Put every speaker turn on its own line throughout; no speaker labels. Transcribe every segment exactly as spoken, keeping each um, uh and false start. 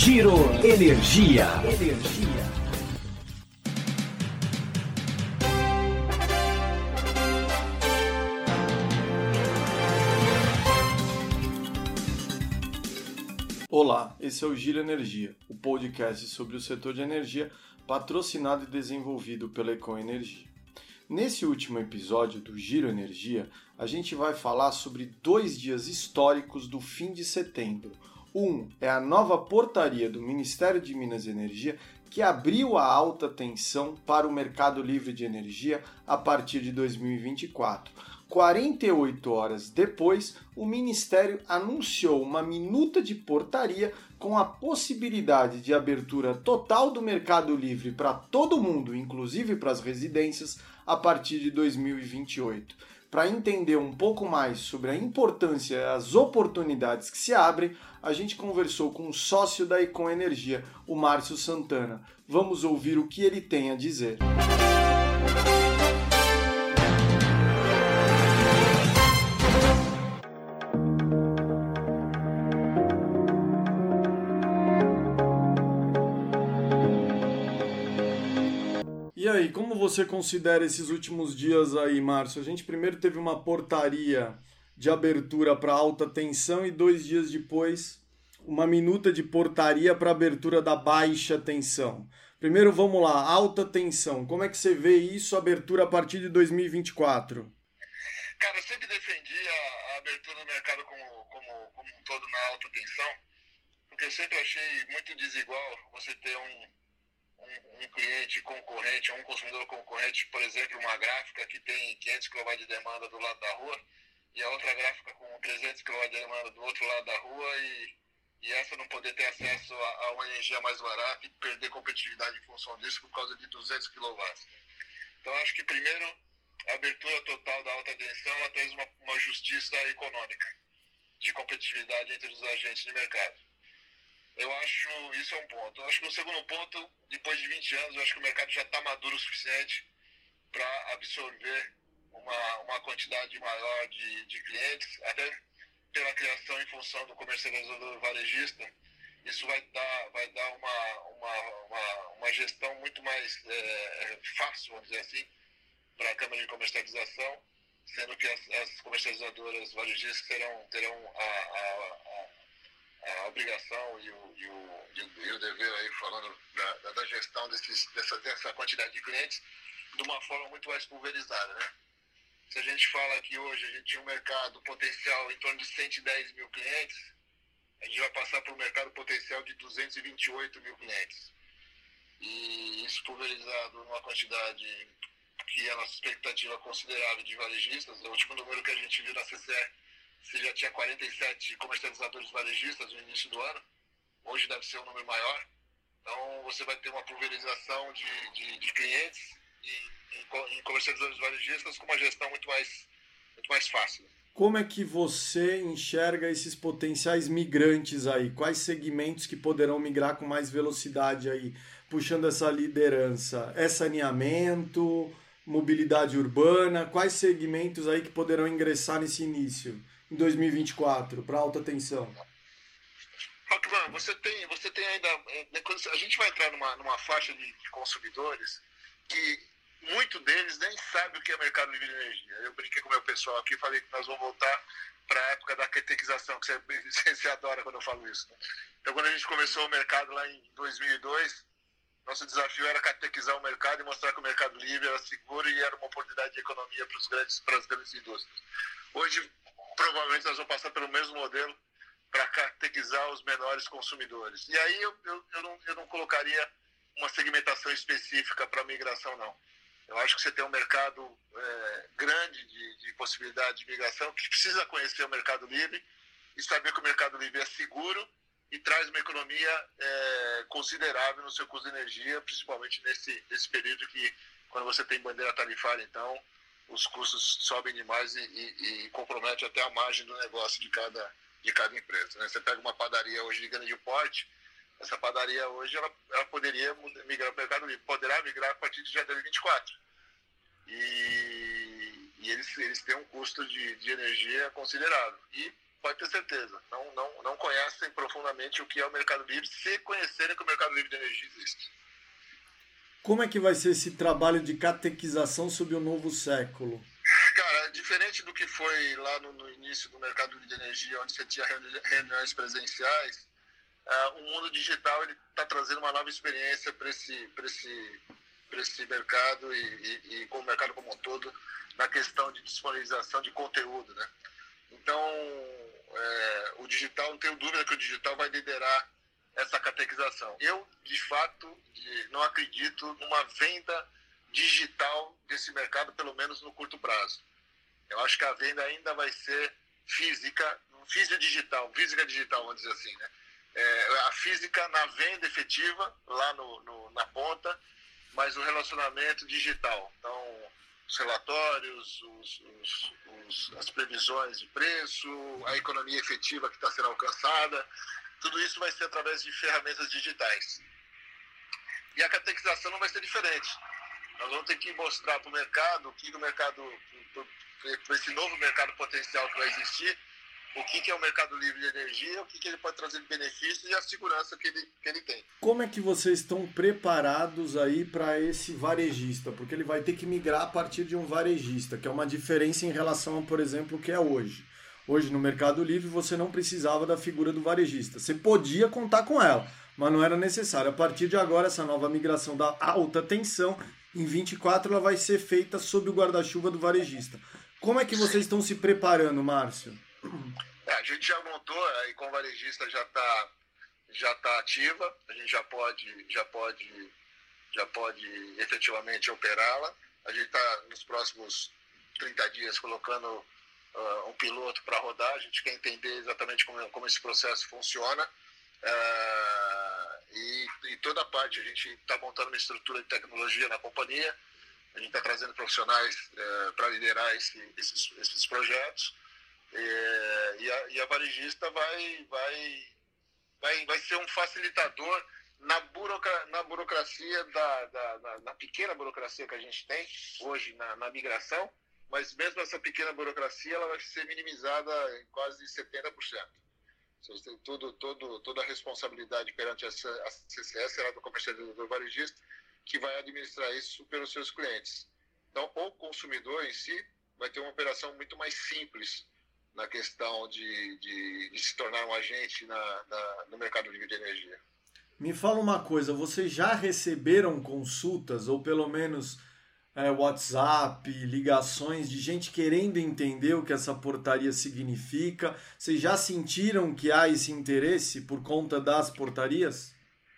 Giro Energia. Energia.
Olá, esse é o Giro Energia, o podcast sobre o setor de energia patrocinado e desenvolvido pela Econ Energia. Nesse último episódio do Giro Energia, a gente vai falar sobre dois dias históricos do fim de setembro. Um é a nova portaria do Ministério de Minas e Energia que abriu a alta tensão para o mercado livre de energia a partir de dois mil e vinte e quatro. quarenta e oito horas depois, o Ministério anunciou uma minuta de portaria com a possibilidade de abertura total do mercado livre para todo mundo, inclusive para as residências, a partir de dois mil e vinte e oito. Para entender um pouco mais sobre a importância e as oportunidades que se abrem, a gente conversou com um sócio da Econ Energia, o Márcio Santana. Vamos ouvir o que ele tem a dizer. E aí, como você considera esses últimos dias aí, Márcio? A gente primeiro teve uma portaria de abertura para alta tensão e dois dias depois uma minuta de portaria para abertura da baixa tensão. Primeiro, vamos lá, alta tensão. Como é que você vê isso, abertura a partir de dois mil e vinte e quatro?
Cara, eu sempre defendi a, a abertura do mercado como, como, como um todo na alta tensão, porque eu sempre achei muito desigual você ter um Um, um cliente concorrente, um consumidor concorrente, por exemplo, uma gráfica que tem quinhentos quilowatt de demanda do lado da rua e a outra gráfica com trezentos quilowatt de demanda do outro lado da rua e, e essa não poder ter acesso a, a uma energia mais barata e perder competitividade em função disso por causa de duzentos quilowatts. Então, acho que primeiro, a abertura total da alta tensão ela traz uma, uma justiça econômica de competitividade entre os agentes de mercado. Eu acho, isso é um ponto. Eu acho que o segundo ponto, depois de vinte anos, eu acho que o mercado já está maduro o suficiente para absorver uma, uma quantidade maior de, de clientes, até pela criação em função do comercializador varejista. Isso vai dar, vai dar uma, uma, uma, uma gestão muito mais é, fácil, vamos dizer assim, para a Câmara de Comercialização, sendo que as, as comercializadoras varejistas terão, terão a, a, a a obrigação e o, e, o, e, o, e o dever aí falando da, da gestão desses, dessa, dessa quantidade de clientes de uma forma muito mais pulverizada, né? Se a gente fala que hoje a gente tinha um mercado potencial em torno de cento e dez mil clientes, a gente vai passar para um mercado potencial de duzentos e vinte e oito mil clientes. E isso pulverizado numa quantidade que é a nossa expectativa considerável de varejistas. O último número que a gente viu na C C E você já tinha quarenta e sete comercializadores varejistas no início do ano, hoje deve ser um número maior. Então você vai ter uma pulverização de, de, de clientes em, em, em comercializadores varejistas com uma gestão muito mais, muito mais fácil.
Como é que você enxerga esses potenciais migrantes aí? Quais segmentos que poderão migrar com mais velocidade aí, puxando essa liderança? É saneamento, mobilidade urbana? Quais segmentos aí que poderão ingressar nesse início? Em dois mil e vinte e quatro, para alta tensão?
Rockman, você tem, você tem ainda... A gente vai entrar numa, numa faixa de, de consumidores que muito deles nem sabe o que é mercado livre de energia. Eu brinquei com o meu pessoal aqui e falei que nós vamos voltar para a época da catequização, que você, você adora quando eu falo isso. Né? Então, quando a gente começou o mercado lá em dois mil e dois, nosso desafio era catequizar o mercado e mostrar que o mercado livre era seguro e era uma oportunidade de economia para, os grandes, para as grandes indústrias. Hoje, provavelmente nós vamos passar pelo mesmo modelo para catequizar os menores consumidores. E aí eu, eu, eu, não, eu não colocaria uma segmentação específica para a migração, não. Eu acho que você tem um mercado é, grande de, de possibilidade de migração que precisa conhecer o mercado livre e saber que o mercado livre é seguro e traz uma economia é, considerável no seu custo de energia, principalmente nesse, nesse período que, quando você tem bandeira tarifária, então, os custos sobem demais e, e, e compromete até a margem do negócio de cada, de cada empresa. Né? Você pega uma padaria hoje de grande porte, essa padaria hoje ela, ela poderia migrar para o mercado livre, poderá migrar a partir de janeiro de vinte e quatro. E, e eles, eles têm um custo de, de energia considerável. E pode ter certeza. Não, não, não conhecem profundamente o que é o Mercado Livre, se conhecerem que o Mercado Livre de Energia existe.
Como é que vai ser esse trabalho de catequização sobre o novo século?
Cara, diferente do que foi lá no, no início do Mercado Livre de Energia, onde você tinha reuniões presenciais, uh, o mundo digital está trazendo uma nova experiência para esse, para esse, para esse mercado e, e, e com o mercado como um todo, na questão de disponibilização de conteúdo, né? Então, é, o digital, não tenho dúvida que o digital vai liderar essa catequização. Eu, de fato, não acredito numa venda digital desse mercado, pelo menos no curto prazo. Eu acho que a venda ainda vai ser física, física digital, física digital, vamos dizer assim, né? É, a física na venda efetiva, lá no, no, na ponta, mas o relacionamento digital. Então, os relatórios, os, os, os, as previsões de preço, a economia efetiva que está sendo alcançada, tudo isso vai ser através de ferramentas digitais. E a catequização não vai ser diferente. Nós vamos ter que mostrar para o mercado, o que o mercado, para esse novo mercado potencial que vai existir, o que, que é o Mercado Livre de Energia, o que, que ele pode trazer de benefícios e a segurança que ele, que ele tem.
Como é que vocês estão preparados aí para esse varejista? Porque ele vai ter que migrar a partir de um varejista, que é uma diferença em relação a, por exemplo, o que é hoje. Hoje, no Mercado Livre, você não precisava da figura do varejista. Você podia contar com ela, mas não era necessário. A partir de agora, essa nova migração da alta tensão, em vinte e quatro, ela vai ser feita sob o guarda-chuva do varejista. Como é que vocês estão se preparando, Márcio?
É, a gente já montou, aí com o varejista já está já tá ativa, a gente já pode, já pode, já pode efetivamente operá-la. A gente está nos próximos trinta dias colocando Uh, um piloto para rodar. A gente quer entender exatamente como, como esse processo funciona, uh, e, e toda a parte, a gente está montando uma estrutura de tecnologia na companhia, a gente está trazendo profissionais uh, para liderar esse, esses, esses projetos, e, e, a, e a varejista vai, vai, vai, vai ser um facilitador na, burocra, na burocracia, da, da, na, na pequena burocracia que a gente tem hoje na, na migração, mas mesmo essa pequena burocracia ela vai ser minimizada em quase setenta por cento. Tudo, todo, toda a responsabilidade perante a C C S será do comercializador varejista, que vai administrar isso pelos seus clientes. Então, o consumidor em si vai ter uma operação muito mais simples na questão de, de, de se tornar um agente na, na, no mercado livre de energia.
Me fala uma coisa, vocês já receberam consultas, ou pelo menos É, WhatsApp, ligações de gente querendo entender o que essa portaria significa? Vocês já sentiram que há esse interesse por conta das portarias?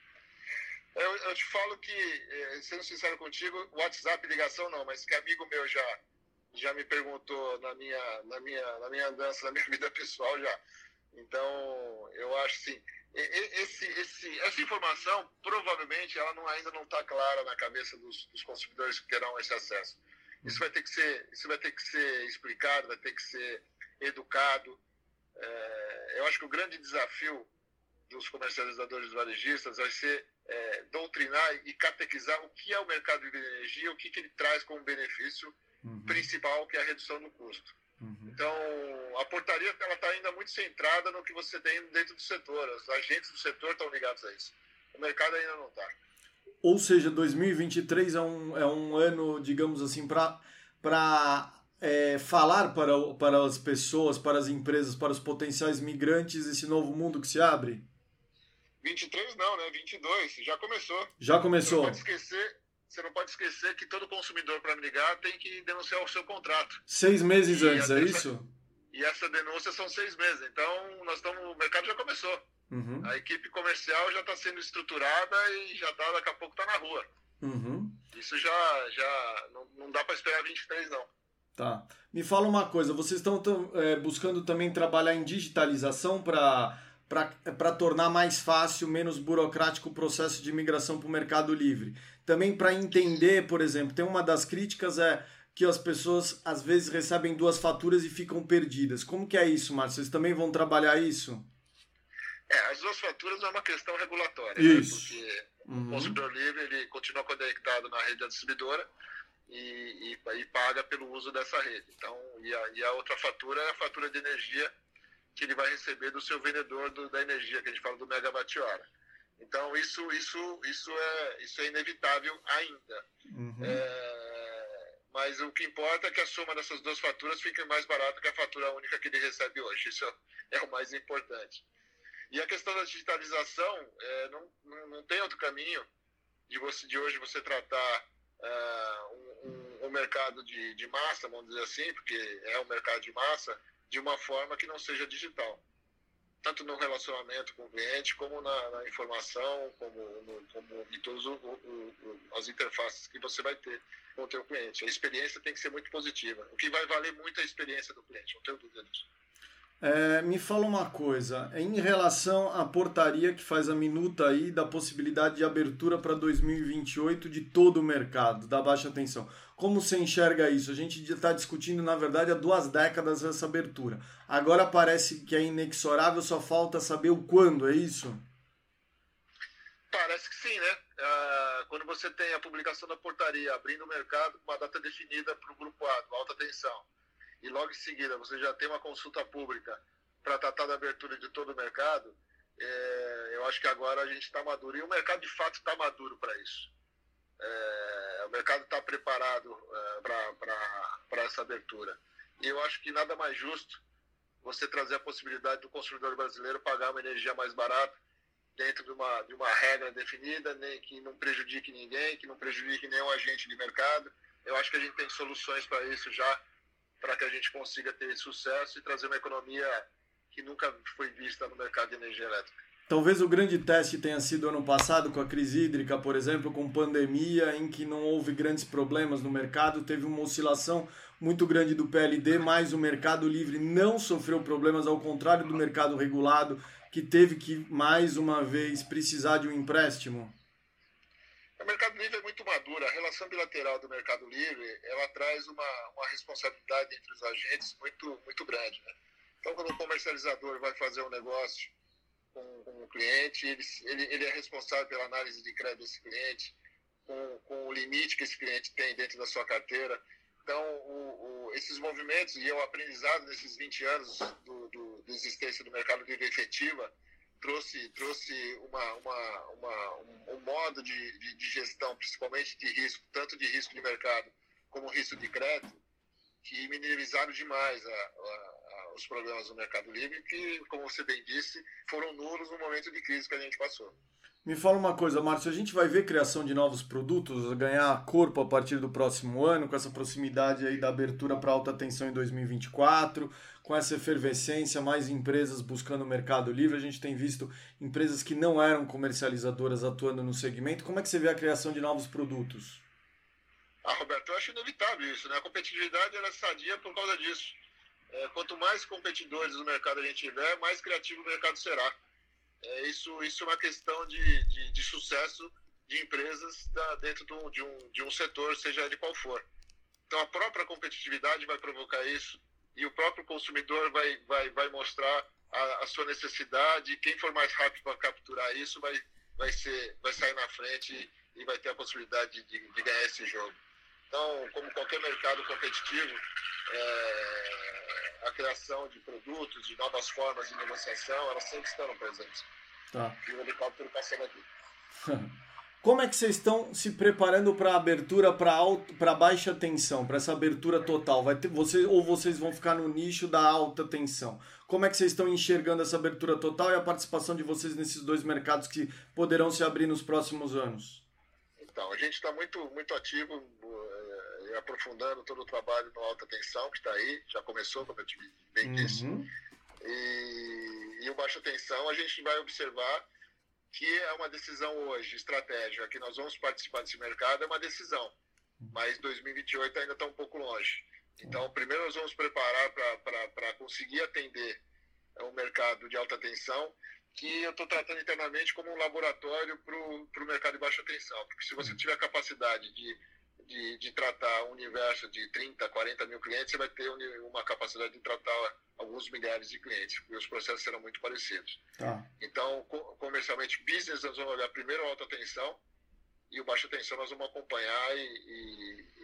Eu, eu te falo que, sendo sincero contigo, WhatsApp, ligação não, mas que amigo meu já, já me perguntou na minha, na, minha, na minha andança, na minha vida pessoal já. Então, eu acho assim, esse, esse, essa informação provavelmente ela não, ainda não está clara na cabeça dos, dos consumidores que terão esse acesso. Isso vai ter que ser, isso vai ter que ser explicado, vai ter que ser educado. É, eu acho que o grande desafio dos comercializadores varejistas vai ser é, doutrinar e catequizar o que é o mercado de energia, o que, que ele traz como benefício uhum. principal, que é a redução do custo. Uhum. Então, a portaria está ainda muito centrada no que você tem dentro do setor. Os agentes do setor estão ligados a isso. O mercado ainda não está.
Ou seja, dois mil e vinte e três é um, é um ano, digamos assim, para é, falar para, para as pessoas, para as empresas, para os potenciais migrantes, esse novo mundo que se abre?
vinte e três não, né? vinte e dois. Já começou.
Já começou.
Você não pode esquecer... Você não pode esquecer que todo consumidor, para me ligar, tem que denunciar o seu contrato.
Seis meses
e
antes, é
essa,
isso?
E essa denúncia são seis meses. Então, nós estamos, o mercado já começou. Uhum. A equipe comercial já está sendo estruturada e já tá, daqui a pouco está na rua. Uhum. Isso já, já não, não dá para esperar vinte e três, não.
Tá. Me fala uma coisa, vocês estão é, buscando também trabalhar em digitalização para... para tornar mais fácil, menos burocrático o processo de migração para o Mercado Livre. Também para entender, por exemplo, tem uma das críticas é que as pessoas às vezes recebem duas faturas e ficam perdidas. Como que é isso, Márcio? Vocês também vão trabalhar isso?
É, as duas faturas é uma questão regulatória.
Isso.
Né? Porque
uhum.
o consumidor livre ele continua conectado na rede da distribuidora e, e, e paga pelo uso dessa rede. Então, e a, e a outra fatura é a fatura de energia, que ele vai receber do seu vendedor do, da energia, que a gente fala do megawatt-hora. Então, isso, isso, isso, é, isso é inevitável ainda. Uhum. É, mas o que importa é que a soma dessas duas faturas fique mais barata que a fatura única que ele recebe hoje. Isso é o mais importante. E a questão da digitalização, é, não, não, não tem outro caminho de, você, de hoje você tratar uh, um, um, um mercado de, de massa, vamos dizer assim, porque é um mercado de massa, de uma forma que não seja digital. Tanto no relacionamento com o cliente, como na, na informação, como, no, como em todas as interfaces que você vai ter com o teu cliente. A experiência tem que ser muito positiva. O que vai valer muito é a experiência do cliente, não tenho dúvida disso.
É, me fala uma coisa, em relação à portaria que faz a minuta aí da possibilidade de abertura para dois mil e vinte e oito de todo o mercado, da baixa tensão. Como você enxerga isso? A gente está discutindo, na verdade, há duas décadas essa abertura. Agora parece que é inexorável, só falta saber o quando, é isso?
Parece que sim, né? Ah, quando você tem a publicação da portaria abrindo o mercado com uma data definida para o grupo A, do alta tensão, e logo em seguida você já tem uma consulta pública para tratar da abertura de todo o mercado, é, eu acho que agora a gente está maduro. E o mercado, de fato, está maduro para isso. É, o mercado está preparado é, para essa abertura. E eu acho que nada mais justo você trazer a possibilidade do consumidor brasileiro pagar uma energia mais barata dentro de uma, de uma regra definida, nem que não prejudique ninguém, que não prejudique nenhum agente de mercado. Eu acho que a gente tem soluções para isso já, para que a gente consiga ter sucesso e trazer uma economia que nunca foi vista no mercado de energia elétrica.
Talvez o grande teste tenha sido ano passado com a crise hídrica, por exemplo, com pandemia, em que não houve grandes problemas no mercado, teve uma oscilação muito grande do P L D, mas o mercado livre não sofreu problemas, ao contrário do mercado regulado, que teve que, mais uma vez, precisar de um empréstimo.
O mercado livre é muito maduro. A relação bilateral do mercado livre, ela traz uma, uma responsabilidade entre os agentes muito, muito grande, né? Então, quando o comercializador vai fazer um negócio com, com o cliente, ele, ele, ele é responsável pela análise de crédito desse cliente, com, com o limite que esse cliente tem dentro da sua carteira. Então, o, o, esses movimentos e o aprendizado nesses vinte anos do, do, de existência do mercado livre efetiva, trouxe, trouxe uma, uma, uma, um, um modo de, de, de gestão, principalmente de risco, tanto de risco de mercado como risco de crédito, que minimizaram demais a, a, a, os problemas do mercado livre, que, como você bem disse, foram nulos no momento de crise que a gente passou.
Me fala uma coisa, Márcio, a gente vai ver criação de novos produtos, ganhar corpo a partir do próximo ano, com essa proximidade aí da abertura para alta tensão em dois mil e vinte e quatro, com essa efervescência, mais empresas buscando o mercado livre. A gente tem visto empresas que não eram comercializadoras atuando no segmento. Como é que você vê a criação de novos produtos?
Ah, Roberto, eu acho inevitável isso, né? A competitividade ela é sadia por causa disso. É, quanto mais competidores no mercado a gente tiver, mais criativo o mercado será. É, isso, isso é uma questão de, de, de sucesso de empresas da, dentro do, de, um, de um setor, seja ele qual for. Então, a própria competitividade vai provocar isso e o próprio consumidor vai, vai, vai mostrar a, a sua necessidade, e quem for mais rápido para capturar isso vai, vai, ser, vai sair na frente e, e vai ter a possibilidade de, de ganhar esse jogo. Então, como qualquer mercado competitivo, é, a criação de produtos, de novas formas de negociação, elas sempre estarão presentes.
Tá.
E o helicóptero passando aqui.
Como é que vocês estão se preparando para a abertura para baixa tensão, para essa abertura total? Vai ter, você, ou vocês vão ficar no nicho da alta tensão? Como é que vocês estão enxergando essa abertura total e a participação de vocês nesses dois mercados que poderão se abrir nos próximos anos?
Então, a gente está muito, muito ativo, é, aprofundando todo o trabalho no alta tensão, que está aí, já começou, como eu te bem
Uhum.
disse. E, e o baixa tensão, a gente vai observar que é uma decisão hoje, estratégica, que nós vamos participar desse mercado, é uma decisão, mas dois mil e vinte e oito ainda está um pouco longe. Então, primeiro nós vamos preparar para conseguir atender o mercado de alta tensão, que eu estou tratando internamente como um laboratório para o mercado de baixa tensão, porque se você tiver a capacidade de, de, de tratar um universo de trinta, quarenta mil clientes, você vai ter uma capacidade de tratar alguns milhares de clientes, porque os processos serão muito parecidos.
Tá.
Então, comercialmente, business, nós vamos olhar primeiro a alta tensão, e o baixa tensão nós vamos acompanhar e, e,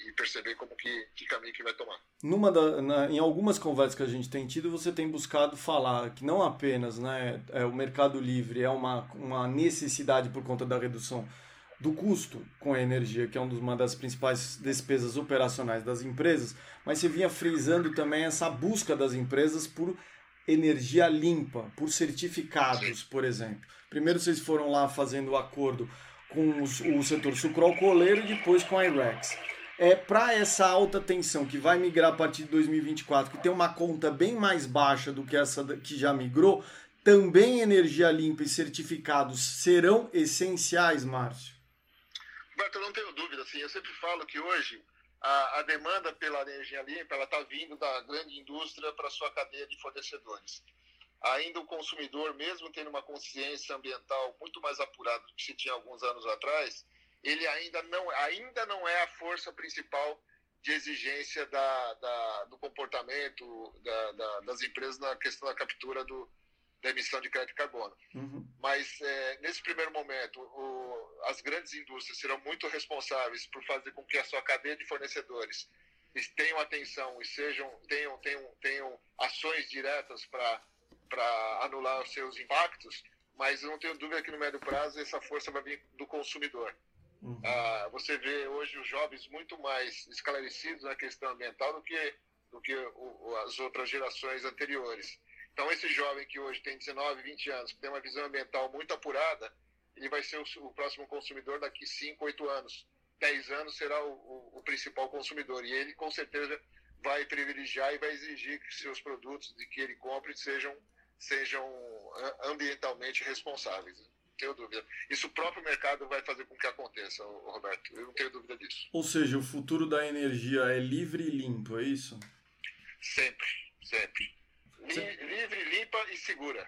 e perceber como que, que caminho que vai tomar.
Numa da, na, em algumas conversas que a gente tem tido, você tem buscado falar que não apenas, né, é, o mercado livre é uma, uma necessidade por conta da redução do custo com a energia, que é uma das principais despesas operacionais das empresas, mas você vinha frisando também essa busca das empresas por energia limpa, por certificados, por exemplo. Primeiro vocês foram lá fazendo o acordo com os, o setor sucroalcooleiro e depois com a I-REX. É, para essa alta tensão que vai migrar a partir de dois mil e vinte e quatro, que tem uma conta bem mais baixa do que essa que já migrou, também energia limpa e certificados serão essenciais, Márcio?
Roberto, eu não tenho dúvida. Assim, eu sempre falo que hoje a, a demanda pela energia limpa está vindo da grande indústria para a sua cadeia de fornecedores. Ainda o consumidor, mesmo tendo uma consciência ambiental muito mais apurada do que se tinha alguns anos atrás, ele ainda não, ainda não é a força principal de exigência da, da, do comportamento da, da, das empresas na questão da captura do, da emissão de crédito de carbono. Uhum. Mas, é, nesse primeiro momento, o, as grandes indústrias serão muito responsáveis por fazer com que a sua cadeia de fornecedores tenham atenção e sejam, tenham, tenham, tenham ações diretas para para anular os seus impactos, mas eu não tenho dúvida que no médio prazo essa força vai vir do consumidor. Uhum. Ah, você vê hoje os jovens muito mais esclarecidos na questão ambiental do que, do que o, as outras gerações anteriores. Então esse jovem que hoje tem dezenove, vinte anos, que tem uma visão ambiental muito apurada, ele vai ser o, o próximo consumidor daqui cinco, oito anos. dez anos será o, o, o principal consumidor, e ele com certeza vai privilegiar e vai exigir que seus produtos de que ele compre sejam sejam ambientalmente responsáveis. Não tenho dúvida. Isso o próprio mercado vai fazer com que aconteça, Roberto. Eu não tenho dúvida disso.
Ou seja, o futuro da energia é livre e limpo, é isso?
Sempre, sempre. Li- livre, limpa e segura.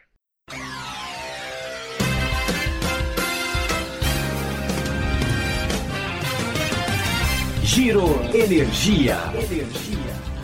Giro Energia. Energia.